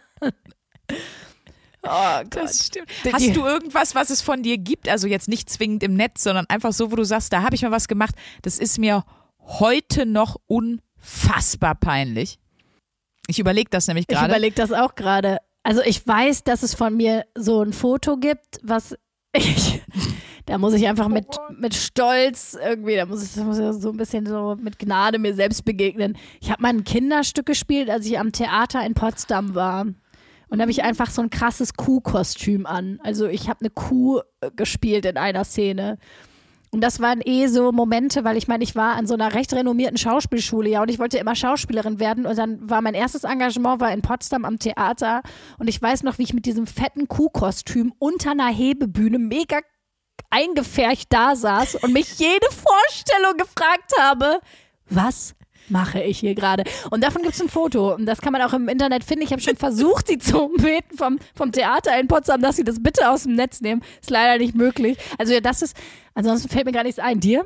Oh Gott. Das stimmt. Die- Hast du irgendwas, was es von dir gibt? Also jetzt nicht zwingend im Netz, sondern einfach so, wo du sagst, da habe ich mal was gemacht. Das ist mir heute noch unfassbar peinlich. Ich überlege das nämlich Ich gerade. überlege das auch gerade. Also ich weiß, dass es von mir so ein Foto gibt, was ich, da muss ich einfach mit, mit Stolz irgendwie, da muss ich, da muss ich so ein bisschen so mit Gnade mir selbst begegnen. Ich habe mal ein Kinderstück gespielt, als ich am Theater in Potsdam war. Und da habe ich einfach so ein krasses Kuhkostüm an. Also ich habe eine Kuh äh, gespielt in einer Szene. Und das waren eh so Momente, weil ich meine, ich war an so einer recht renommierten Schauspielschule, ja, und ich wollte immer Schauspielerin werden. Und dann war mein erstes Engagement war in Potsdam am Theater. Und ich weiß noch, wie ich mit diesem fetten Kuhkostüm unter einer Hebebühne mega eingefärcht da saß und mich jede Vorstellung gefragt habe, was mache ich hier gerade? Und davon gibt es ein Foto. Und das kann man auch im Internet finden. Ich habe schon versucht, sie zu beten vom, vom Theater in Potsdam, dass sie das bitte aus dem Netz nehmen. Ist leider nicht möglich. Also ja, das ist, ansonsten fällt mir gar nichts ein. Dir?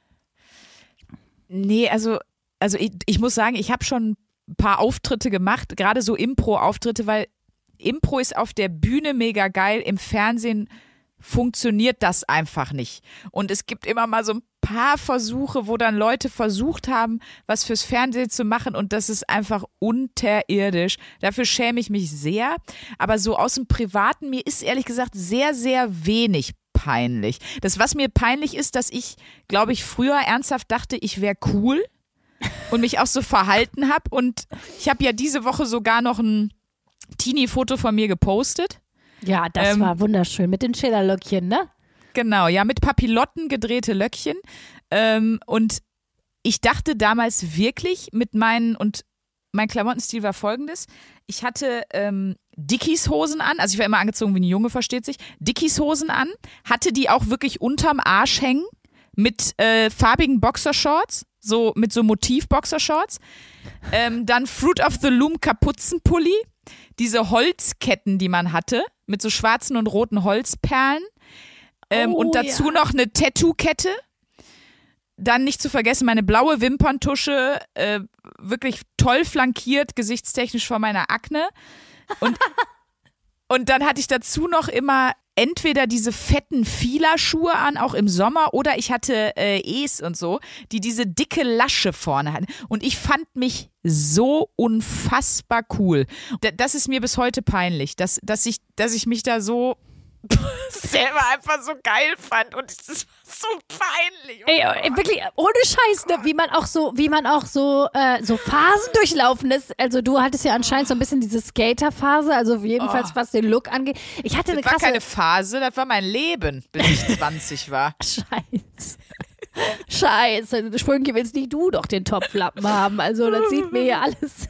Nee, also, also ich, ich muss sagen, ich habe schon ein paar Auftritte gemacht, gerade so Impro-Auftritte, weil Impro ist auf der Bühne mega geil, im Fernsehen funktioniert das einfach nicht. Und es gibt immer mal so ein paar Versuche, wo dann Leute versucht haben, was fürs Fernsehen zu machen und das ist einfach unterirdisch. Dafür schäme ich mich sehr. Aber so aus dem Privaten, mir ist ehrlich gesagt sehr, sehr wenig peinlich. Das, was mir peinlich ist, dass ich, glaube ich, früher ernsthaft dachte, ich wäre cool und mich auch so verhalten habe. Und ich habe ja diese Woche sogar noch ein Teenie-Foto von mir gepostet. Ja, das Ähm, war wunderschön mit den Schillerlöckchen, ne? Genau, ja, mit Papillotten gedrehte Löckchen. Ähm, und ich dachte damals wirklich mit meinen, und mein Klamottenstil war folgendes, ich hatte ähm, Dickies-Hosen an, also ich war immer angezogen wie ein Junge, versteht sich, Dickies-Hosen an, hatte die auch wirklich unterm Arsch hängen mit äh, farbigen Boxershorts, so mit so Motiv-Boxershorts, ähm, dann Fruit of the Loom Kapuzenpulli, diese Holzketten, die man hatte, mit so schwarzen und roten Holzperlen ähm, Oh, und dazu ja. noch eine Tattoo-Kette. Dann nicht zu vergessen meine blaue Wimperntusche, äh, wirklich toll flankiert, gesichtstechnisch von meiner Akne. Und, und dann hatte ich dazu noch immer entweder diese fetten Fila-Schuhe an, auch im Sommer, oder ich hatte äh, Es und so, die diese dicke Lasche vorne hatten. Und ich fand mich so unfassbar cool. D- Das ist mir bis heute peinlich, dass, dass, ich, dass ich mich da so selber einfach so geil fand und es ist so peinlich. Ey, ey, wirklich, ohne Scheiß, ne? wie man auch so, wie man auch so, äh, so Phasen durchlaufen ist. Also du hattest ja anscheinend so ein bisschen diese Skater-Phase, also jedenfalls was den Look angeht. Ich hatte eine Das war krasse... keine Phase, das war mein Leben, bis ich zwanzig war. Scheiße. Scheiße, Sprünke, willst nicht du doch den Topflappen haben. Also das sieht mir ja alles...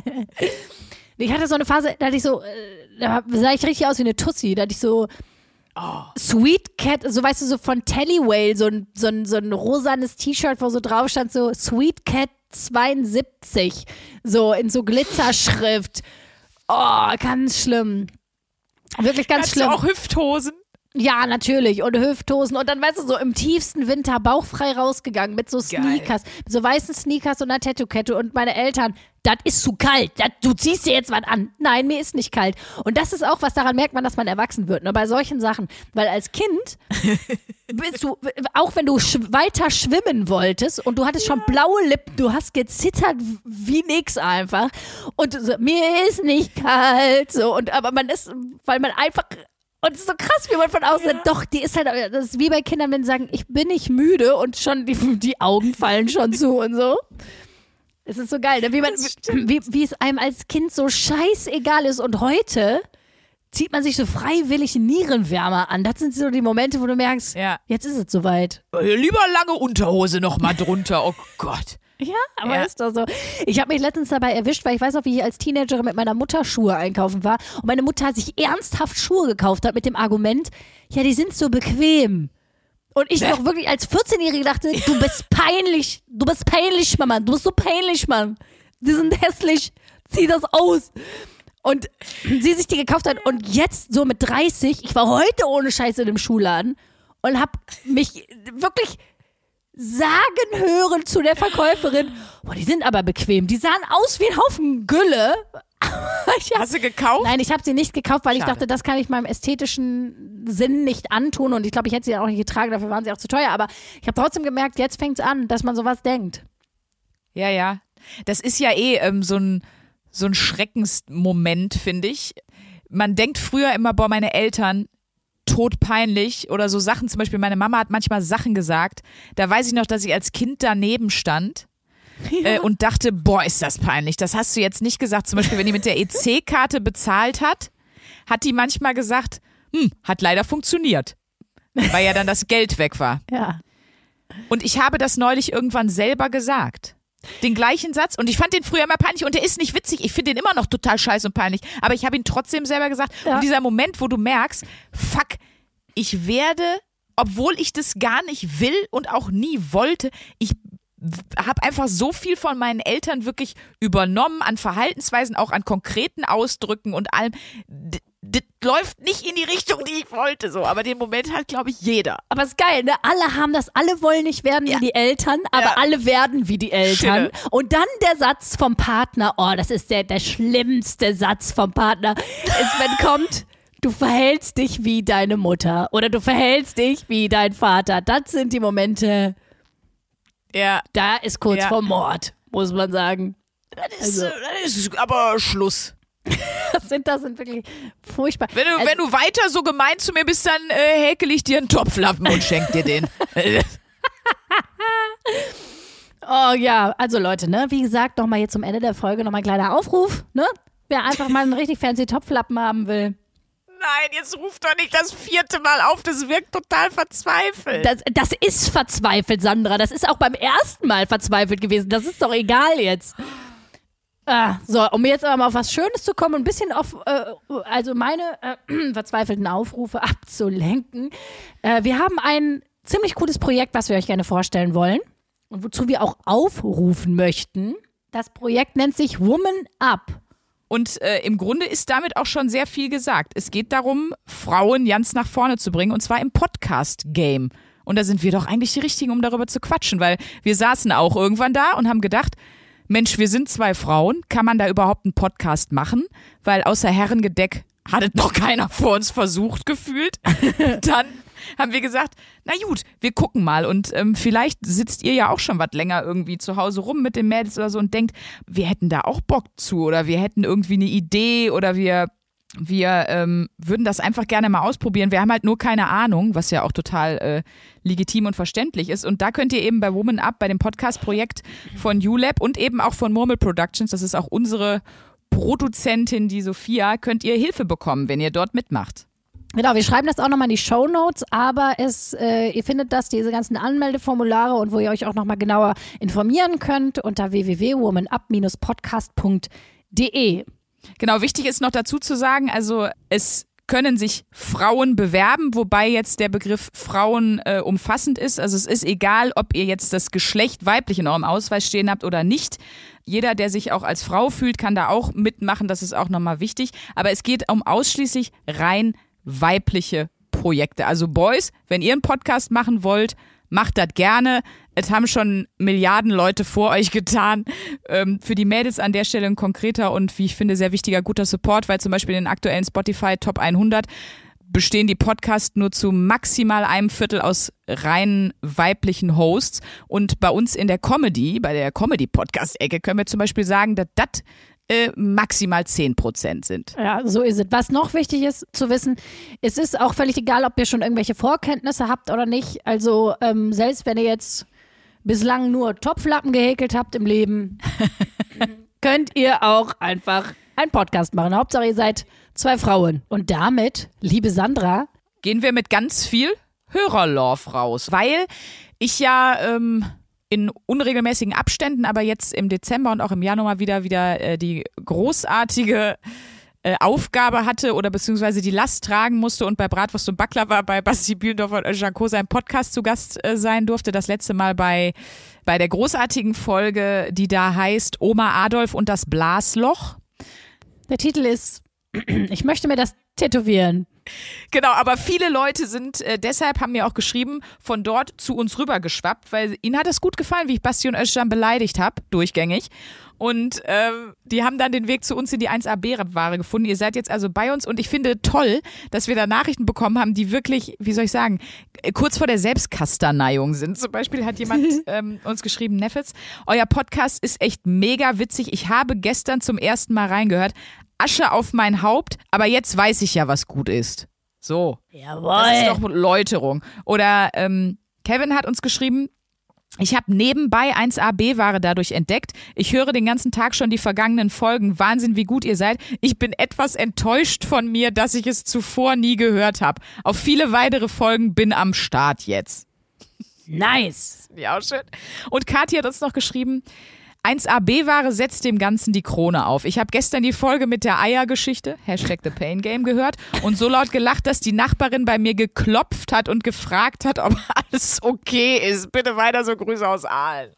Ich hatte so eine Phase, da hatte ich so, äh, da sah ich richtig aus wie eine Tussi, da hatte ich so oh. Sweet Cat, so weißt du, so von Tellywhale, so ein, so ein, so ein rosanes T-Shirt, wo so drauf stand, so Sweet Cat zweiundsiebzig, so in so Glitzerschrift. Oh, ganz schlimm. Wirklich ganz Hattest schlimm. du auch Hüfthosen? Ja, natürlich. Und Hüfthosen. Und dann, weißt du, so im tiefsten Winter bauchfrei rausgegangen mit so Sneakers, mit so weißen Sneakers und einer Tattoo-Kette. Und meine Eltern, das ist zu kalt. Das, du ziehst dir jetzt was an. Nein, mir ist nicht kalt. Und das ist auch was, daran merkt man, dass man erwachsen wird. Ne? Bei solchen Sachen. Weil als Kind bist du, auch wenn du sch- weiter schwimmen wolltest und du hattest schon blaue Lippen, du hast gezittert wie nix einfach. Und so, mir ist nicht kalt. So. Und, aber man ist, weil man einfach... Und es ist so krass, wie man von außen, ja. Doch, die ist halt, das ist wie bei Kindern, wenn sie sagen, ich bin nicht müde und schon die, die Augen fallen schon zu und so. Es ist so geil, ne? wie, man, wie, wie es einem als Kind so scheißegal ist. Und heute zieht man sich so freiwillig Nierenwärmer an. Das sind so die Momente, wo du merkst, Ja. jetzt ist es soweit. Lieber lange Unterhose noch mal drunter, oh Gott. Ja, aber Ja. ist doch so. Ich habe mich letztens dabei erwischt, weil ich weiß auch, wie ich als Teenagerin mit meiner Mutter Schuhe einkaufen war und meine Mutter sich ernsthaft Schuhe gekauft hat mit dem Argument, ja, die sind so bequem. Und ich noch wirklich als vierzehnjährige dachte, du bist peinlich, du bist peinlich, Mama, du bist so peinlich, Mann. Die sind hässlich, zieh das aus. Und sie sich die gekauft hat und jetzt so mit dreißig, ich war heute ohne Scheiße in dem Schuhladen und habe mich wirklich sagen hören zu der Verkäuferin, boah, die sind aber bequem, die sahen aus wie ein Haufen Gülle. Ich hab, Hast du gekauft? Nein, ich habe sie nicht gekauft, weil Schade. ich dachte, das kann ich meinem ästhetischen Sinn nicht antun und ich glaube, ich hätte sie auch nicht getragen, dafür waren sie auch zu teuer, aber ich habe trotzdem gemerkt, jetzt fängt es an, dass man sowas denkt. Ja, ja. Das ist ja eh ähm, so ein, so ein Schreckensmoment, finde ich. Man denkt früher immer, boah, meine Eltern, todpeinlich oder so Sachen. Zum Beispiel meine Mama hat manchmal Sachen gesagt, da weiß ich noch, dass ich als Kind daneben stand Ja. äh, und dachte, boah, ist das peinlich. Das hast du jetzt nicht gesagt. Zum Beispiel, wenn die mit der E C-Karte bezahlt hat, hat die manchmal gesagt, hm, hat leider funktioniert. Weil ja dann das Geld weg war. Ja. Und ich habe das neulich irgendwann selber gesagt. Den gleichen Satz. Und ich fand den früher immer peinlich und der ist nicht witzig. Ich finde den immer noch total scheiße und peinlich. Aber ich habe ihn trotzdem selber gesagt. Ja. Und dieser Moment, wo du merkst, fuck, ich werde, obwohl ich das gar nicht will und auch nie wollte, ich habe einfach so viel von meinen Eltern wirklich übernommen an Verhaltensweisen, auch an konkreten Ausdrücken und allem. D- Das läuft nicht in die Richtung, die ich wollte, so. Aber den Moment hat, glaube ich, jeder. Aber es ist geil, ne? Alle haben das, alle wollen nicht werden Ja. wie die Eltern, aber Ja. alle werden wie die Eltern. Schöne. Und dann der Satz vom Partner, oh, das ist der, der schlimmste Satz vom Partner, ist, wenn kommt, du verhältst dich wie deine Mutter oder du verhältst dich wie dein Vater. Das sind die Momente, Ja. da ist kurz Ja. vor Mord, muss man sagen. Das ist, Also- das ist aber Schluss. Das sind, das sind wirklich furchtbar. Wenn du, Also- wenn du weiter so gemein zu mir bist, dann äh, häkel ich dir einen Topflappen und schenk dir den. Oh ja, also Leute, ne, wie gesagt, nochmal hier zum Ende der Folge nochmal ein kleiner Aufruf, ne? Wer einfach mal einen richtig fancy Topflappen haben will, Nein, jetzt ruft doch nicht das vierte Mal auf, das wirkt total verzweifelt. Das, das ist verzweifelt, Sandra. Das ist auch beim ersten Mal verzweifelt gewesen. Das ist doch egal jetzt. Ah, so, um jetzt aber mal auf was Schönes zu kommen und ein bisschen auf äh, also meine äh, verzweifelten Aufrufe abzulenken. Äh, wir haben ein ziemlich cooles Projekt, was wir euch gerne vorstellen wollen und wozu wir auch aufrufen möchten. Das Projekt nennt sich Woman Up. Und äh, im Grunde ist damit auch schon sehr viel gesagt. Es geht darum, Frauen ganz nach vorne zu bringen, und zwar im Podcast-Game. Und da sind wir doch eigentlich die Richtigen, um darüber zu quatschen, weil wir saßen auch irgendwann da und haben gedacht, Mensch, wir sind zwei Frauen, kann man da überhaupt einen Podcast machen? Weil außer Herrengedeck hat es noch keiner vor uns versucht, gefühlt. Dann haben wir gesagt, na gut, wir gucken mal, und ähm, vielleicht sitzt ihr ja auch schon was länger irgendwie zu Hause rum mit den Mädels oder so und denkt, wir hätten da auch Bock zu oder wir hätten irgendwie eine Idee oder wir, wir ähm, würden das einfach gerne mal ausprobieren. Wir haben halt nur keine Ahnung, was ja auch total äh, legitim und verständlich ist, und da könnt ihr eben bei Woman Up, bei dem Podcast-Projekt von ULab und eben auch von Murmel Productions, das ist auch unsere Produzentin, die Sophia, könnt ihr Hilfe bekommen, wenn ihr dort mitmacht. Genau, wir schreiben das auch nochmal in die Shownotes, aber es, äh, ihr findet das, diese ganzen Anmeldeformulare und wo ihr euch auch nochmal genauer informieren könnt unter w w w punkt woman up dash podcast punkt d e. Genau, wichtig ist noch dazu zu sagen, also es können sich Frauen bewerben, wobei jetzt der Begriff Frauen äh, umfassend ist. Also es ist egal, ob ihr jetzt das Geschlecht weiblich in eurem Ausweis stehen habt oder nicht. Jeder, der sich auch als Frau fühlt, kann da auch mitmachen, das ist auch nochmal wichtig. Aber es geht um ausschließlich rein weibliche Projekte. Also Boys, wenn ihr einen Podcast machen wollt, macht das gerne. Es haben schon Milliarden Leute vor euch getan. Ähm, für die Mädels an der Stelle ein konkreter und, wie ich finde, sehr wichtiger, guter Support, weil zum Beispiel in den aktuellen Spotify Top hundert bestehen die Podcasts nur zu maximal einem Viertel aus rein weiblichen Hosts. Und bei uns in der Comedy, bei der Comedy-Podcast-Ecke, können wir zum Beispiel sagen, dass das Äh, maximal zehn Prozent sind. Ja, so ist es. Was noch wichtig ist zu wissen, es ist auch völlig egal, ob ihr schon irgendwelche Vorkenntnisse habt oder nicht. Also ähm, selbst wenn ihr jetzt bislang nur Topflappen gehäkelt habt im Leben, könnt ihr auch einfach einen Podcast machen. Hauptsache ihr seid zwei Frauen. Und damit, liebe Sandra, gehen wir mit ganz viel Hörerlove raus, weil ich ja ähm, in unregelmäßigen Abständen, aber jetzt im Dezember und auch im Januar wieder wieder äh, die großartige äh, Aufgabe hatte oder beziehungsweise die Last tragen musste und bei Bratwurst und Baklava bei Basti Bielendorf und Özcan Kosa im Podcast zu Gast äh, sein durfte. Das letzte Mal bei, bei der großartigen Folge, die da heißt Oma Adolf und das Blasloch. Der Titel ist Ich möchte mir das tätowieren. Genau, aber viele Leute sind, äh, deshalb haben mir auch geschrieben, von dort zu uns rüber geschwappt, weil ihnen hat es gut gefallen, wie ich Basti und Özcan beleidigt habe, durchgängig. Und äh, die haben dann den Weg zu uns in die eins A B-Ware gefunden. Ihr seid jetzt also bei uns und ich finde toll, dass wir da Nachrichten bekommen haben, die wirklich, wie soll ich sagen, kurz vor der Selbstkasterneiung sind. Zum Beispiel hat jemand ähm, uns geschrieben, Neffels, euer Podcast ist echt mega witzig. Ich habe gestern zum ersten Mal reingehört. Asche auf mein Haupt, aber jetzt weiß ich ja, was gut ist. So. Jawohl. Das ist doch Läuterung. Oder ähm, Kevin hat uns geschrieben, ich habe nebenbei eins A B-Ware dadurch entdeckt. Ich höre den ganzen Tag schon die vergangenen Folgen. Wahnsinn, wie gut ihr seid. Ich bin etwas enttäuscht von mir, dass ich es zuvor nie gehört habe. Auf viele weitere Folgen bin am Start jetzt. Nice. Ja, auch schön. Und Kathi hat uns noch geschrieben, eins A B-Ware setzt dem Ganzen die Krone auf. Ich habe gestern die Folge mit der Eiergeschichte, Hashtag The Pain Game, gehört und so laut gelacht, dass die Nachbarin bei mir geklopft hat und gefragt hat, ob alles okay ist. Bitte weiter so, Grüße aus Aalen.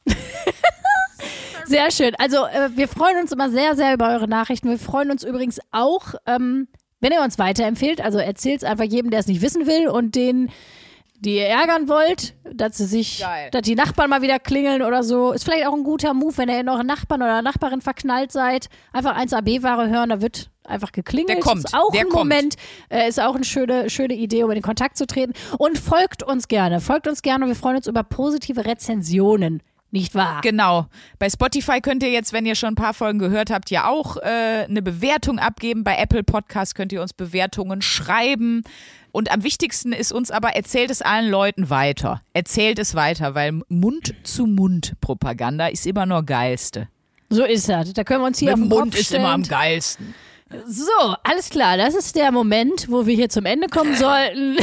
Sehr schön. Also äh, wir freuen uns immer sehr, sehr über eure Nachrichten. Wir freuen uns übrigens auch, ähm, wenn ihr uns weiterempfehlt. Also erzählt es einfach jedem, der es nicht wissen will und den, die ihr ärgern wollt, dass sie sich, Geil. dass die Nachbarn mal wieder klingeln oder so. Ist vielleicht auch ein guter Move, wenn ihr in euren Nachbarn oder Nachbarin verknallt seid. Einfach eins A B-Ware hören, da wird einfach geklingelt. Der kommt. Ist auch der ein kommt. Moment, äh, ist auch eine schöne, schöne Idee, um in den Kontakt zu treten. Und folgt uns gerne, folgt uns gerne und wir freuen uns über positive Rezensionen. Nicht wahr? Genau. Bei Spotify könnt ihr jetzt, wenn ihr schon ein paar Folgen gehört habt, ja auch äh, eine Bewertung abgeben. Bei Apple Podcasts könnt ihr uns Bewertungen schreiben. Und am wichtigsten ist uns aber, erzählt es allen Leuten weiter. Erzählt es weiter, weil Mund-zu-Mund-Propaganda ist immer nur geilste. So ist das. Da können wir uns hier Mit auf dem den Mund Kopf ist immer am stellen. geilsten. So, alles klar. Das ist der Moment, wo wir hier zum Ende kommen sollten.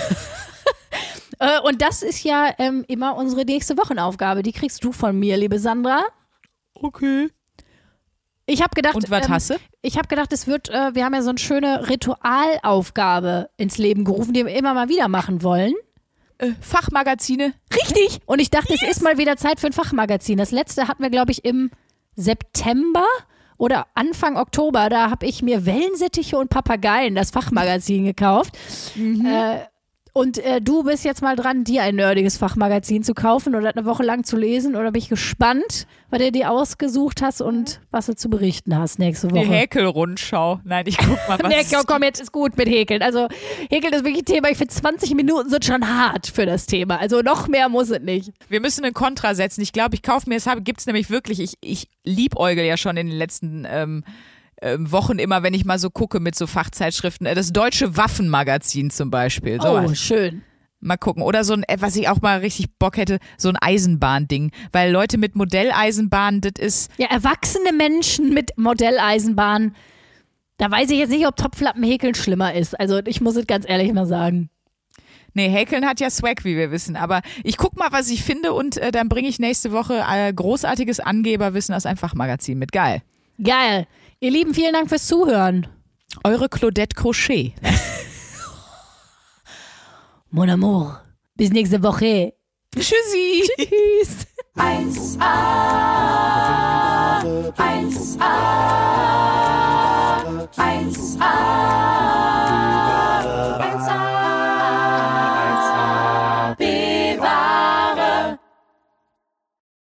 Und das ist ja ähm, immer unsere nächste Wochenaufgabe. Die kriegst du von mir, liebe Sandra. Okay. Ich habe gedacht, Und was ähm, hast du? ich habe gedacht, es wird, äh, wir haben ja so eine schöne Ritualaufgabe ins Leben gerufen, die wir immer mal wieder machen wollen. Äh, Fachmagazine. Richtig. Und ich dachte, yes. Es ist mal wieder Zeit für ein Fachmagazin. Das letzte hatten wir, glaube ich, im September oder Anfang Oktober. Da habe ich mir Wellensittiche und Papageien, das Fachmagazin, gekauft. Mhm. Äh, Und äh, du bist jetzt mal dran, dir ein nerdiges Fachmagazin zu kaufen oder eine Woche lang zu lesen. Oder bin ich gespannt, was du dir ausgesucht hast und was du zu berichten hast nächste Woche. Die Häkelrundschau. Nein, ich guck mal, was nee, komm, komm, jetzt ist gut mit Häkeln. Also Häkeln ist wirklich ein Thema. Ich finde, zwanzig Minuten sind schon hart für das Thema. Also noch mehr muss es nicht. Wir müssen einen Kontra setzen. Ich glaube, ich kaufe mir, es gibt es nämlich wirklich, ich, ich liebäugel ja schon in den letzten ähm, Wochen immer, wenn ich mal so gucke mit so Fachzeitschriften. Das Deutsche Waffenmagazin zum Beispiel. So oh, was. Schön. Mal gucken. Oder so ein, was ich auch mal richtig Bock hätte, so ein Eisenbahnding. Weil Leute mit Modelleisenbahnen, das ist... Ja, erwachsene Menschen mit Modelleisenbahnen, da weiß ich jetzt nicht, ob Topflappen-Häkeln schlimmer ist. Also ich muss es ganz ehrlich mal sagen. Nee, Häkeln hat ja Swag, wie wir wissen. Aber ich guck mal, was ich finde und äh, dann bringe ich nächste Woche äh, großartiges Angeberwissen aus einem Fachmagazin mit. Geil. Geil. Ihr Lieben, vielen Dank fürs Zuhören. Eure Claudette Crochet. Mon amour. Bis nächste Woche. Tschüssi. Tschüss. eins A, eins A, eins A.